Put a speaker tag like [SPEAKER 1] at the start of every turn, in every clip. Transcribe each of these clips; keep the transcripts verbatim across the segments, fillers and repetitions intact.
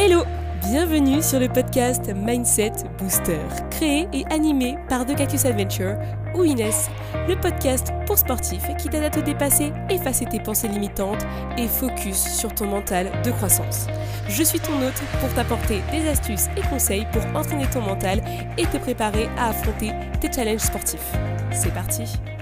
[SPEAKER 1] Hello, bienvenue sur le podcast Mindset Booster, créé et animé par The Cactus Adventure ou Inès, le podcast pour sportifs qui t'aide à te dépasser, effacer tes pensées limitantes et focus sur ton mental de croissance. Je suis ton hôte pour t'apporter des astuces et conseils pour entraîner ton mental et te préparer à affronter tes challenges sportifs. C'est parti!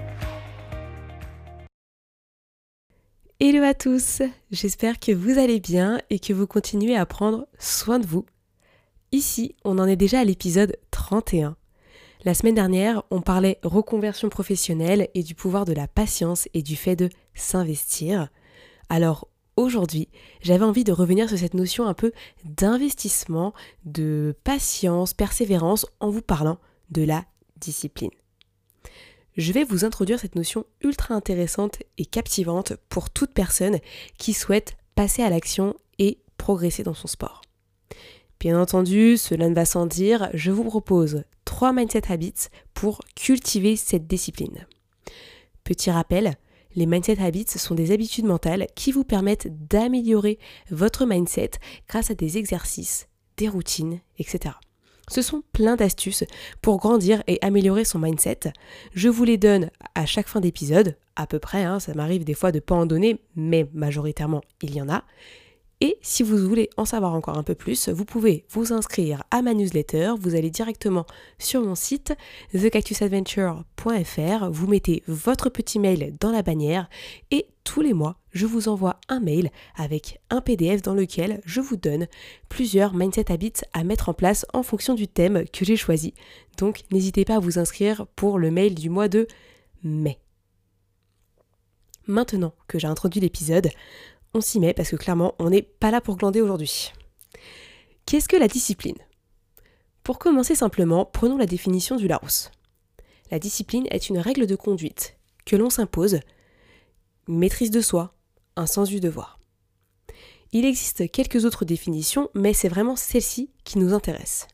[SPEAKER 1] Hello à tous, j'espère que vous allez bien et que vous continuez à prendre soin de vous. Ici, on en est déjà à l'épisode trente et un. La semaine dernière, on parlait reconversion professionnelle et du pouvoir de la patience et du fait de s'investir. Alors aujourd'hui, j'avais envie de revenir sur cette notion un peu d'investissement, de patience, persévérance en vous parlant de la discipline. Je vais vous introduire cette notion ultra intéressante et captivante pour toute personne qui souhaite passer à l'action et progresser dans son sport. Bien entendu, cela ne va sans dire, je vous propose trois mindset habits pour cultiver cette discipline. Petit rappel, les mindset habits sont des habitudes mentales qui vous permettent d'améliorer votre mindset grâce à des exercices, des routines, et cetera. Ce sont plein d'astuces pour grandir et améliorer son mindset. Je vous les donne à chaque fin d'épisode, à peu près, hein, ça m'arrive des fois de ne pas en donner, mais majoritairement il y en a. Et si vous voulez en savoir encore un peu plus, vous pouvez vous inscrire à ma newsletter, vous allez directement sur mon site the cactus adventure point f r, vous mettez votre petit mail dans la bannière et tous les mois, je vous envoie un mail avec un P D F dans lequel je vous donne plusieurs mindset habits à mettre en place en fonction du thème que j'ai choisi. Donc n'hésitez pas à vous inscrire pour le mail du mois de mai. Maintenant que j'ai introduit l'épisode, on s'y met parce que clairement, on n'est pas là pour glander aujourd'hui. Qu'est-ce que la discipline ? Pour commencer simplement, prenons la définition du Larousse. La discipline est une règle de conduite que l'on s'impose, une maîtrise de soi, un sens du devoir. Il existe quelques autres définitions, mais c'est vraiment celle-ci qui nous intéresse.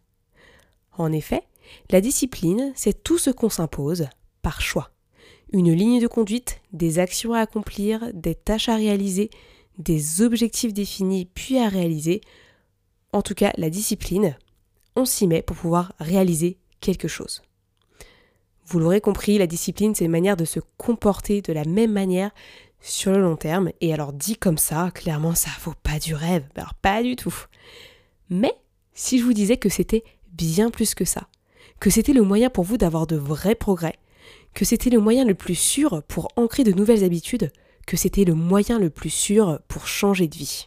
[SPEAKER 1] En effet, la discipline, c'est tout ce qu'on s'impose par choix. Une ligne de conduite, des actions à accomplir, des tâches à réaliser, des objectifs définis puis à réaliser. En tout cas, la discipline, on s'y met pour pouvoir réaliser quelque chose. Vous l'aurez compris, la discipline, c'est une manière de se comporter de la même manière sur le long terme. Et alors dit comme ça, clairement, ça vaut pas du rêve. Alors pas du tout. Mais si je vous disais que c'était bien plus que ça, que c'était le moyen pour vous d'avoir de vrais progrès, que c'était le moyen le plus sûr pour ancrer de nouvelles habitudes, que c'était le moyen le plus sûr pour changer de vie.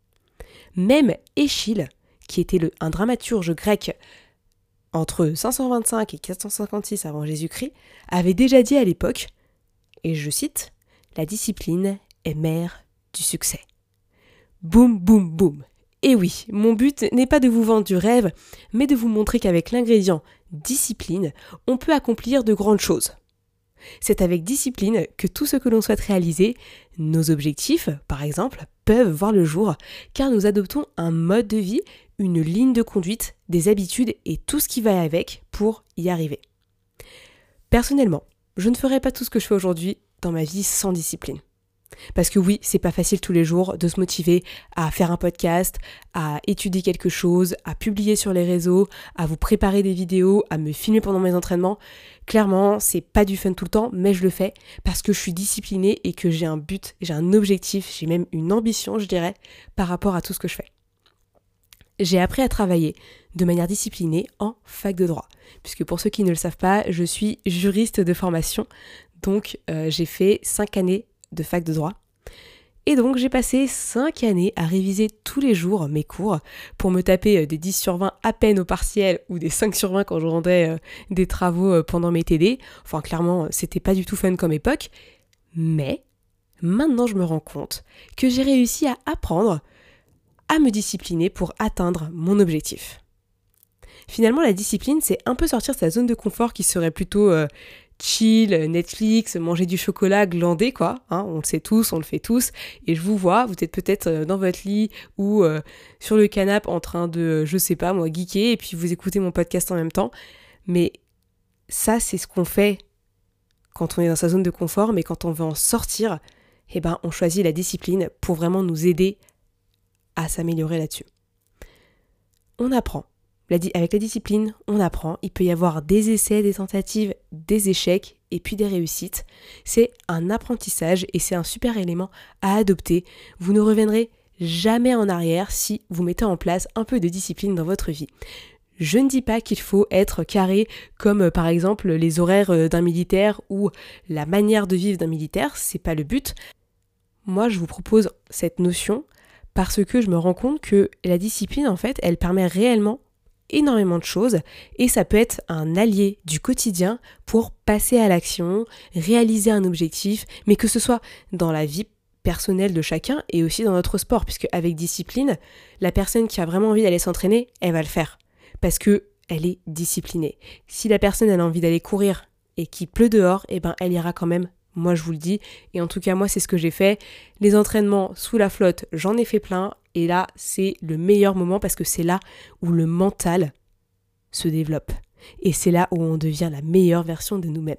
[SPEAKER 1] Même Échille, qui était le, un dramaturge grec entre cinq cent vingt-cinq et quatre cent cinquante-six avant Jésus-Christ, avait déjà dit à l'époque, et je cite, « La discipline est mère du succès. » Boum, boum, boum. Et oui, mon but n'est pas de vous vendre du rêve, mais de vous montrer qu'avec l'ingrédient discipline, on peut accomplir de grandes choses. C'est avec discipline que tout ce que l'on souhaite réaliser, nos objectifs, par exemple, peuvent voir le jour, car nous adoptons un mode de vie, une ligne de conduite, des habitudes et tout ce qui va avec pour y arriver. Personnellement, je ne ferai pas tout ce que je fais aujourd'hui dans ma vie sans discipline. Parce que oui, c'est pas facile tous les jours de se motiver à faire un podcast, à étudier quelque chose, à publier sur les réseaux, à vous préparer des vidéos, à me filmer pendant mes entraînements. Clairement, c'est pas du fun tout le temps, mais je le fais parce que je suis disciplinée et que j'ai un but, j'ai un objectif, j'ai même une ambition, je dirais, par rapport à tout ce que je fais. J'ai appris à travailler de manière disciplinée en fac de droit. Puisque pour ceux qui ne le savent pas, je suis juriste de formation, donc euh, j'ai fait cinq années de fac de droit. Et donc j'ai passé cinq années à réviser tous les jours mes cours pour me taper des dix sur vingt à peine au partiel ou des cinq sur vingt quand je rendais des travaux pendant mes T D. Enfin clairement, c'était pas du tout fun comme époque. Mais maintenant je me rends compte que j'ai réussi à apprendre à me discipliner pour atteindre mon objectif. Finalement, la discipline, c'est un peu sortir de sa zone de confort qui serait plutôt euh, chill, Netflix, manger du chocolat, glander quoi, hein, on le sait tous, on le fait tous, et je vous vois, vous êtes peut-être dans votre lit ou euh, sur le canapé en train de, je sais pas moi, geeker, et puis vous écoutez mon podcast en même temps, mais ça c'est ce qu'on fait quand on est dans sa zone de confort, mais quand on veut en sortir, eh ben on choisit la discipline pour vraiment nous aider à s'améliorer là-dessus. on apprend. Avec la discipline, on apprend. Il peut y avoir des essais, des tentatives, des échecs et puis des réussites. C'est un apprentissage et c'est un super élément à adopter. Vous ne reviendrez jamais en arrière si vous mettez en place un peu de discipline dans votre vie. Je ne dis pas qu'il faut être carré comme euh, par exemple les horaires d'un militaire ou la manière de vivre d'un militaire, c'est pas le but. Moi, je vous propose cette notion parce que je me rends compte que la discipline, en fait, elle permet réellement énormément de choses et ça peut être un allié du quotidien pour passer à l'action, réaliser un objectif, mais que ce soit dans la vie personnelle de chacun et aussi dans notre sport, puisque avec discipline, la personne qui a vraiment envie d'aller s'entraîner, elle va le faire, parce que elle est disciplinée. Si la personne elle a envie d'aller courir et qu'il pleut dehors, eh ben elle ira quand même. Moi je vous le dis, et en tout cas moi c'est ce que j'ai fait. Les entraînements sous la flotte, j'en ai fait plein, et là c'est le meilleur moment parce que c'est là où le mental se développe. Et c'est là où on devient la meilleure version de nous-mêmes.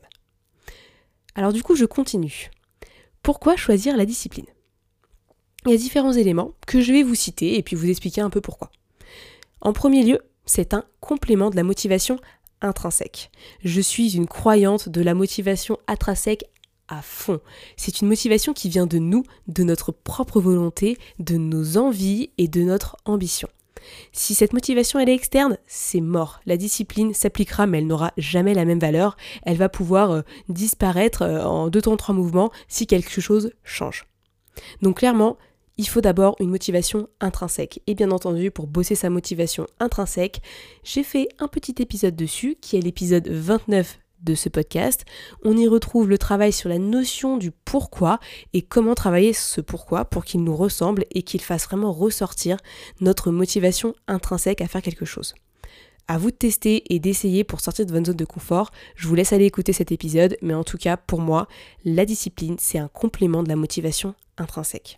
[SPEAKER 1] Alors du coup je continue. Pourquoi choisir la discipline ? Il y a différents éléments que je vais vous citer et puis vous expliquer un peu pourquoi. En premier lieu, c'est un complément de la motivation intrinsèque. Je suis une croyante de la motivation intrinsèque à fond. C'est une motivation qui vient de nous, de notre propre volonté, de nos envies et de notre ambition. Si cette motivation elle est externe, c'est mort. La discipline s'appliquera mais elle n'aura jamais la même valeur. Elle va pouvoir euh, disparaître euh, en deux temps trois mouvements si quelque chose change. Donc clairement, il faut d'abord une motivation intrinsèque. Et bien entendu, pour bosser sa motivation intrinsèque, j'ai fait un petit épisode dessus qui est l'épisode vingt-neuf de ce podcast. On y retrouve le travail sur la notion du pourquoi et comment travailler ce pourquoi pour qu'il nous ressemble et qu'il fasse vraiment ressortir notre motivation intrinsèque à faire quelque chose. À vous de tester et d'essayer pour sortir de votre zone de confort. Je vous laisse aller écouter cet épisode, mais en tout cas, pour moi, la discipline, c'est un complément de la motivation intrinsèque.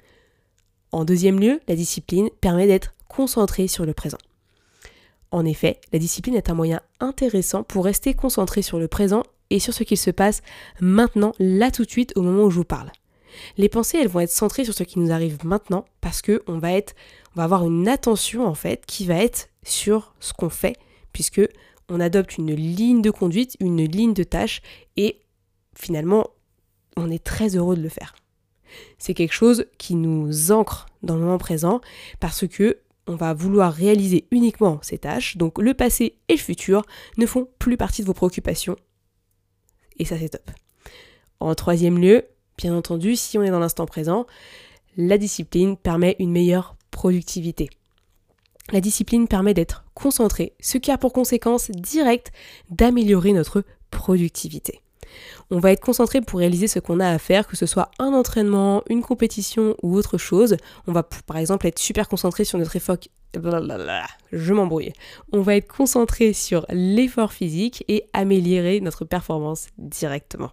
[SPEAKER 1] En deuxième lieu, la discipline permet d'être concentré sur le présent. En effet, la discipline est un moyen intéressant pour rester concentré sur le présent et sur ce qu'il se passe maintenant, là tout de suite, au moment où je vous parle. Les pensées, elles vont être centrées sur ce qui nous arrive maintenant parce que on va être, on va avoir une attention en fait qui va être sur ce qu'on fait puisque on adopte une ligne de conduite, une ligne de tâche et finalement, on est très heureux de le faire. C'est quelque chose qui nous ancre dans le moment présent parce que on va vouloir réaliser uniquement ces tâches, donc le passé et le futur ne font plus partie de vos préoccupations. Et ça c'est top. En troisième lieu, bien entendu, si on est dans l'instant présent, la discipline permet une meilleure productivité. La discipline permet d'être concentré, ce qui a pour conséquence directe d'améliorer notre productivité. On va être concentré pour réaliser ce qu'on a à faire, que ce soit un entraînement, une compétition ou autre chose. On va par exemple être super concentré sur notre effort... Blablabla, je m'embrouille. On va être concentré sur l'effort physique et améliorer notre performance directement.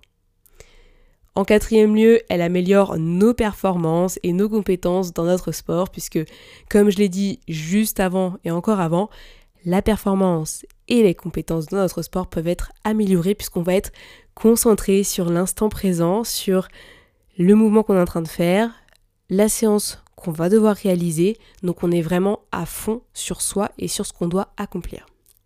[SPEAKER 1] En quatrième lieu, elle améliore nos performances et nos compétences dans notre sport puisque, comme je l'ai dit juste avant et encore avant, la performance et les compétences dans notre sport peuvent être améliorées puisqu'on va être concentré sur l'instant présent, sur le mouvement qu'on est en train de faire, la séance qu'on va devoir réaliser. Donc on est vraiment à fond sur soi et sur ce qu'on doit accomplir.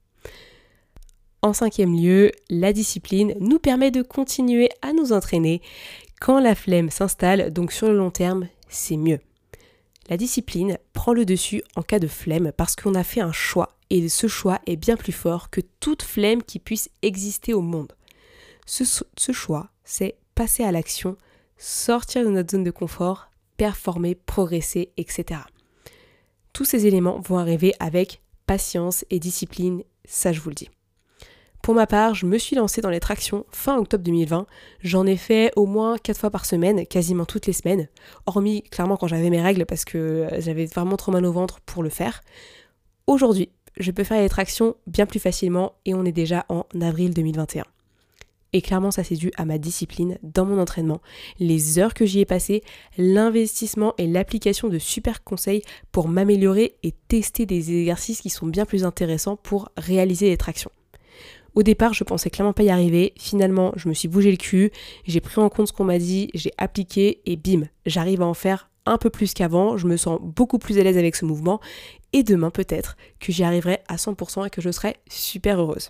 [SPEAKER 1] En cinquième lieu, la discipline nous permet de continuer à nous entraîner quand la flemme s'installe, donc sur le long terme, c'est mieux. La discipline prend le dessus en cas de flemme parce qu'on a fait un choix et ce choix est bien plus fort que toute flemme qui puisse exister au monde. Ce, ce choix, c'est passer à l'action, sortir de notre zone de confort, performer, progresser, et cetera. Tous ces éléments vont arriver avec patience et discipline, ça je vous le dis. Pour ma part, je me suis lancée dans les tractions fin octobre deux mille vingt. J'en ai fait au moins quatre fois par semaine, quasiment toutes les semaines, hormis clairement quand j'avais mes règles parce que j'avais vraiment trop mal au ventre pour le faire. Aujourd'hui, je peux faire les tractions bien plus facilement et on est déjà en avril deux mille vingt et un. Et clairement, ça c'est dû à ma discipline dans mon entraînement, les heures que j'y ai passées, l'investissement et l'application de super conseils pour m'améliorer et tester des exercices qui sont bien plus intéressants pour réaliser les tractions. Au départ, je pensais clairement pas y arriver. Finalement, je me suis bougé le cul, j'ai pris en compte ce qu'on m'a dit, j'ai appliqué et bim, j'arrive à en faire un peu plus qu'avant, je me sens beaucoup plus à l'aise avec ce mouvement et demain peut-être que j'y arriverai à cent pour cent et que je serai super heureuse.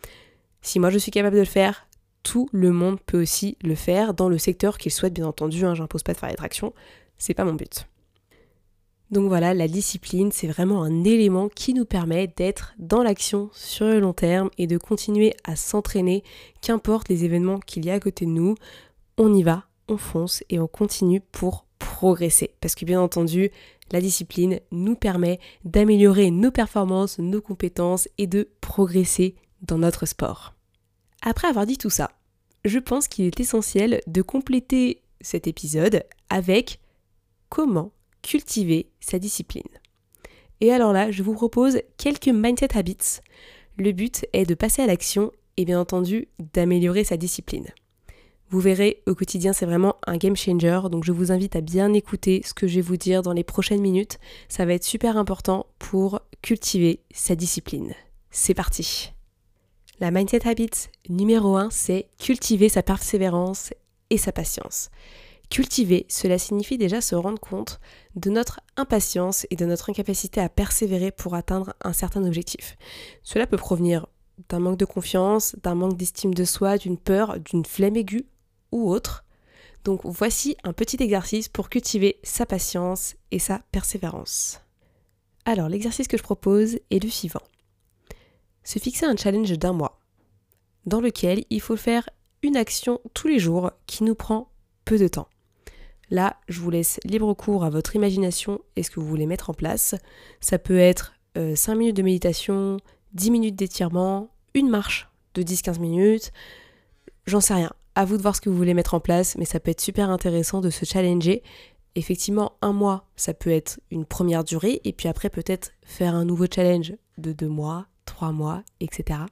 [SPEAKER 1] Si moi je suis capable de le faire, tout le monde peut aussi le faire dans le secteur qu'il souhaite, bien entendu, hein, j'impose pas de faire les tractions, c'est pas mon but. Donc voilà, la discipline, c'est vraiment un élément qui nous permet d'être dans l'action sur le long terme et de continuer à s'entraîner, qu'importe les événements qu'il y a à côté de nous, on y va, on fonce et on continue pour progresser. Parce que bien entendu, la discipline nous permet d'améliorer nos performances, nos compétences et de progresser dans notre sport. Après avoir dit tout ça, je pense qu'il est essentiel de compléter cet épisode avec comment cultiver sa discipline. Et alors là, je vous propose quelques mindset habits. Le but est de passer à l'action et bien entendu d'améliorer sa discipline. Vous verrez, au quotidien, c'est vraiment un game changer, donc je vous invite à bien écouter ce que je vais vous dire dans les prochaines minutes. Ça va être super important pour cultiver sa discipline. C'est parti. La mindset habit numéro un, c'est cultiver sa persévérance et sa patience. Cultiver, cela signifie déjà se rendre compte de notre impatience et de notre incapacité à persévérer pour atteindre un certain objectif. Cela peut provenir d'un manque de confiance, d'un manque d'estime de soi, d'une peur, d'une flemme aiguë ou autre. Donc voici un petit exercice pour cultiver sa patience et sa persévérance. Alors l'exercice que je propose est le suivant. Se fixer un challenge d'un mois dans lequel il faut faire une action tous les jours qui nous prend peu de temps. Là, je vous laisse libre cours à votre imagination et ce que vous voulez mettre en place. Ça peut être euh, cinq minutes de méditation, dix minutes d'étirement, une marche de dix à quinze minutes, j'en sais rien. À vous de voir ce que vous voulez mettre en place, mais ça peut être super intéressant de se challenger. Effectivement, un mois, ça peut être une première durée, et puis après peut-être faire un nouveau challenge de deux mois, trois mois, et cetera.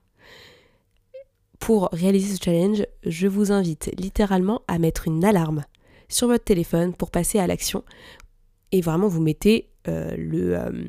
[SPEAKER 1] Pour réaliser ce challenge, je vous invite littéralement à mettre une alarme sur votre téléphone pour passer à l'action. Et vraiment, vous mettez euh, le, euh,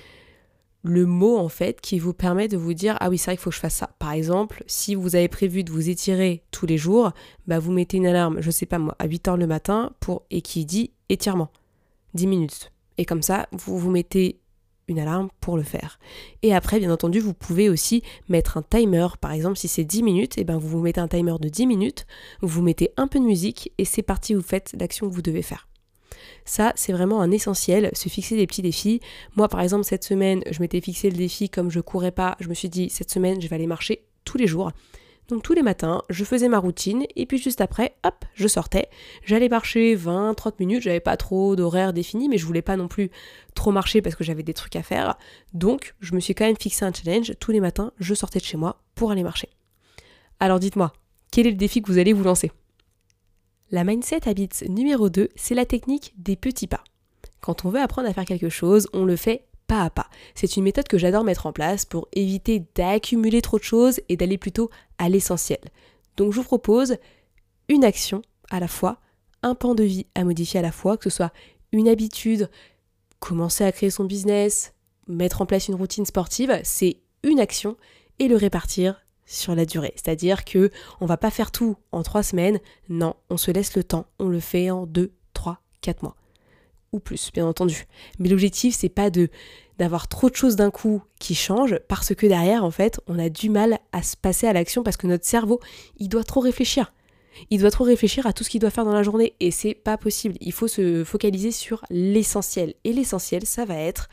[SPEAKER 1] le mot en fait qui vous permet de vous dire « Ah oui, c'est vrai qu'il faut que je fasse ça ». Par exemple, si vous avez prévu de vous étirer tous les jours, bah vous mettez une alarme, je sais pas moi, à huit heures le matin pour, et qui dit étirement, dix minutes. Et comme ça, vous vous mettez une alarme pour le faire. Et après, bien entendu, vous pouvez aussi mettre un timer. Par exemple, si c'est dix minutes, et ben vous vous mettez un timer de dix minutes, vous mettez un peu de musique et c'est parti, vous faites l'action que vous devez faire. Ça, c'est vraiment un essentiel, se fixer des petits défis. Moi, par exemple, cette semaine, je m'étais fixé le défi, comme je courais pas, je me suis dit, cette semaine, je vais aller marcher tous les jours. Donc tous les matins, je faisais ma routine et puis juste après, hop, je sortais. J'allais marcher vingt à trente minutes, j'avais pas trop d'horaire défini, mais je voulais pas non plus trop marcher parce que j'avais des trucs à faire. Donc je me suis quand même fixé un challenge. Tous les matins, je sortais de chez moi pour aller marcher. Alors dites-moi, quel est le défi que vous allez vous lancer ? La mindset habit numéro deux, c'est la technique des petits pas. Quand on veut apprendre à faire quelque chose, on le fait pas à pas. C'est une méthode que j'adore mettre en place pour éviter d'accumuler trop de choses et d'aller plutôt à l'essentiel. Donc je vous propose une action à la fois, un pan de vie à modifier à la fois, que ce soit une habitude, commencer à créer son business, mettre en place une routine sportive, c'est une action et le répartir sur la durée. C'est-à-dire que on va pas faire tout en trois semaines, non, on se laisse le temps, on le fait en deux, trois, quatre mois. Ou plus, bien entendu. Mais l'objectif, c'est pas de d'avoir trop de choses d'un coup qui changent, parce que derrière, en fait, on a du mal à se passer à l'action parce que notre cerveau, il doit trop réfléchir. Il doit trop réfléchir à tout ce qu'il doit faire dans la journée et c'est pas possible. Il faut se focaliser sur l'essentiel. Et l'essentiel, ça va être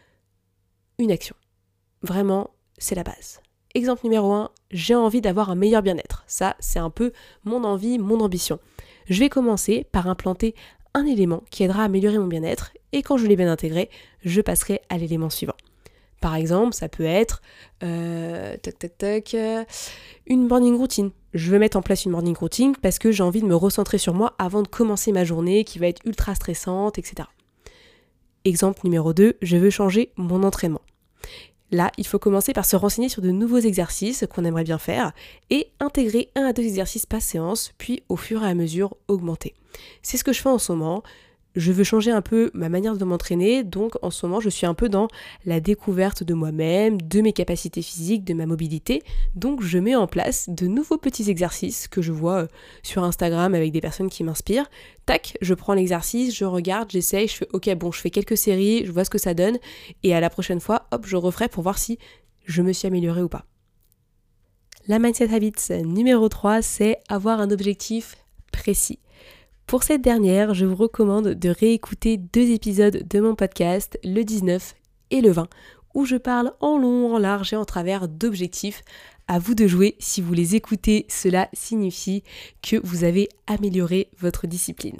[SPEAKER 1] une action. Vraiment, c'est la base. Exemple numéro un, j'ai envie d'avoir un meilleur bien-être. Ça, c'est un peu mon envie, mon ambition. Je vais commencer par implanter un élément qui aidera à améliorer mon bien-être et quand je l'ai bien intégré, je passerai à l'élément suivant. Par exemple, ça peut être euh, tac, tac, tac, euh, une morning routine. Je veux mettre en place une morning routine parce que j'ai envie de me recentrer sur moi avant de commencer ma journée qui va être ultra stressante, et cetera. Exemple numéro deux, je veux changer mon entraînement. Là, il faut commencer par se renseigner sur de nouveaux exercices qu'on aimerait bien faire et intégrer un à deux exercices par séance, puis au fur et à mesure augmenter. C'est ce que je fais en ce moment. je veux changer un peu ma manière de m'entraîner, donc en ce moment je suis un peu dans la découverte de moi-même, de mes capacités physiques, de ma mobilité, donc je mets en place de nouveaux petits exercices que je vois sur Instagram avec des personnes qui m'inspirent. Tac, je prends l'exercice, je regarde, j'essaye, je fais ok bon je fais quelques séries, je vois ce que ça donne, et à la prochaine fois, hop, je referai pour voir si je me suis améliorée ou pas. La Mindset Habits numéro trois, c'est avoir un objectif précis. Pour cette dernière, je vous recommande de réécouter deux épisodes de mon podcast, le dix-neuf et le vingt, où je parle en long, en large et en travers d'objectifs. À vous de jouer, si vous les écoutez, cela signifie que vous avez amélioré votre discipline.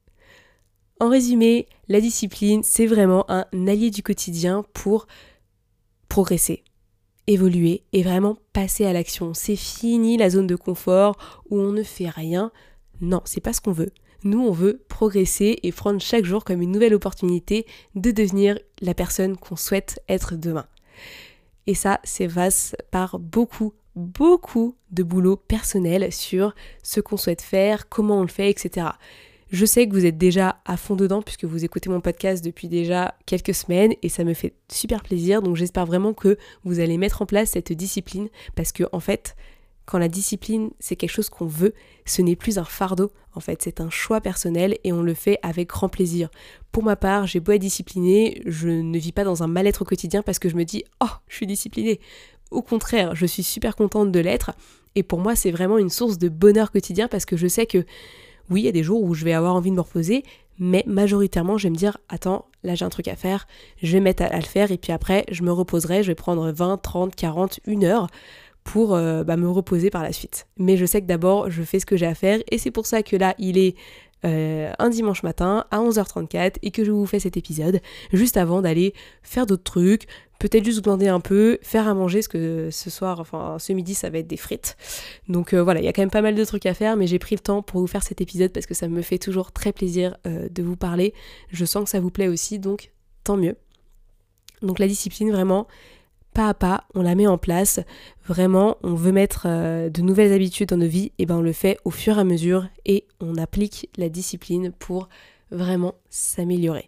[SPEAKER 1] En résumé, la discipline, c'est vraiment un allié du quotidien pour progresser, évoluer et vraiment passer à l'action. C'est fini la zone de confort où on ne fait rien. Non, c'est pas ce qu'on veut. Nous, on veut progresser et prendre chaque jour comme une nouvelle opportunité de devenir la personne qu'on souhaite être demain. Et ça, c'est passe par beaucoup, beaucoup de boulot personnel sur ce qu'on souhaite faire, comment on le fait, et cetera. Je sais que vous êtes déjà à fond dedans puisque vous écoutez mon podcast depuis déjà quelques semaines et ça me fait super plaisir. Donc j'espère vraiment que vous allez mettre en place cette discipline parce que en fait, quand la discipline, c'est quelque chose qu'on veut, ce n'est plus un fardeau, en fait, c'est un choix personnel et on le fait avec grand plaisir. Pour ma part, j'ai beau être disciplinée, je ne vis pas dans un mal-être au quotidien parce que je me dis « Oh, je suis disciplinée !» Au contraire, je suis super contente de l'être et pour moi, c'est vraiment une source de bonheur quotidien parce que je sais que, oui, il y a des jours où je vais avoir envie de me reposer, mais majoritairement, je vais me dire « Attends, là j'ai un truc à faire, je vais mettre à, à le faire et puis après, je me reposerai, je vais prendre vingt, trente, quarante, une heure » pour euh, bah, me reposer par la suite. Mais je sais que d'abord, je fais ce que j'ai à faire et c'est pour ça que là, il est euh, un dimanche matin à onze heures trente-quatre et que je vous fais cet épisode juste avant d'aller faire d'autres trucs, peut-être juste glander un peu, faire à manger, parce que ce soir, enfin ce midi, ça va être des frites. Donc euh, voilà, il y a quand même pas mal de trucs à faire, mais j'ai pris le temps pour vous faire cet épisode parce que ça me fait toujours très plaisir euh, de vous parler. Je sens que ça vous plaît aussi, donc tant mieux. Donc la discipline, vraiment, pas à pas, on la met en place. Vraiment, on veut mettre euh, de nouvelles habitudes dans nos vies, et ben on le fait au fur et à mesure et on applique la discipline pour vraiment s'améliorer.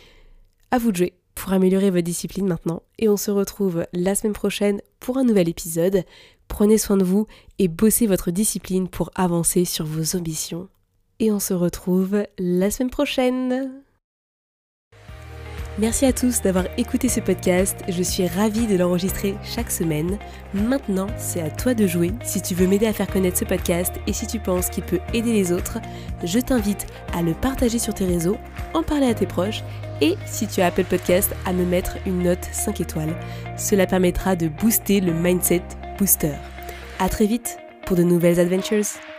[SPEAKER 1] À vous de jouer pour améliorer votre discipline maintenant et on se retrouve la semaine prochaine pour un nouvel épisode. Prenez soin de vous et bossez votre discipline pour avancer sur vos ambitions. Et on se retrouve la semaine prochaine. Merci à tous d'avoir écouté ce podcast, je suis ravie de l'enregistrer chaque semaine. Maintenant, c'est à toi de jouer. Si tu veux m'aider à faire connaître ce podcast et si tu penses qu'il peut aider les autres, je t'invite à le partager sur tes réseaux, en parler à tes proches et si tu as Apple Podcast, à me mettre une note cinq étoiles. Cela permettra de booster le Mindset Booster. À très vite pour de nouvelles adventures.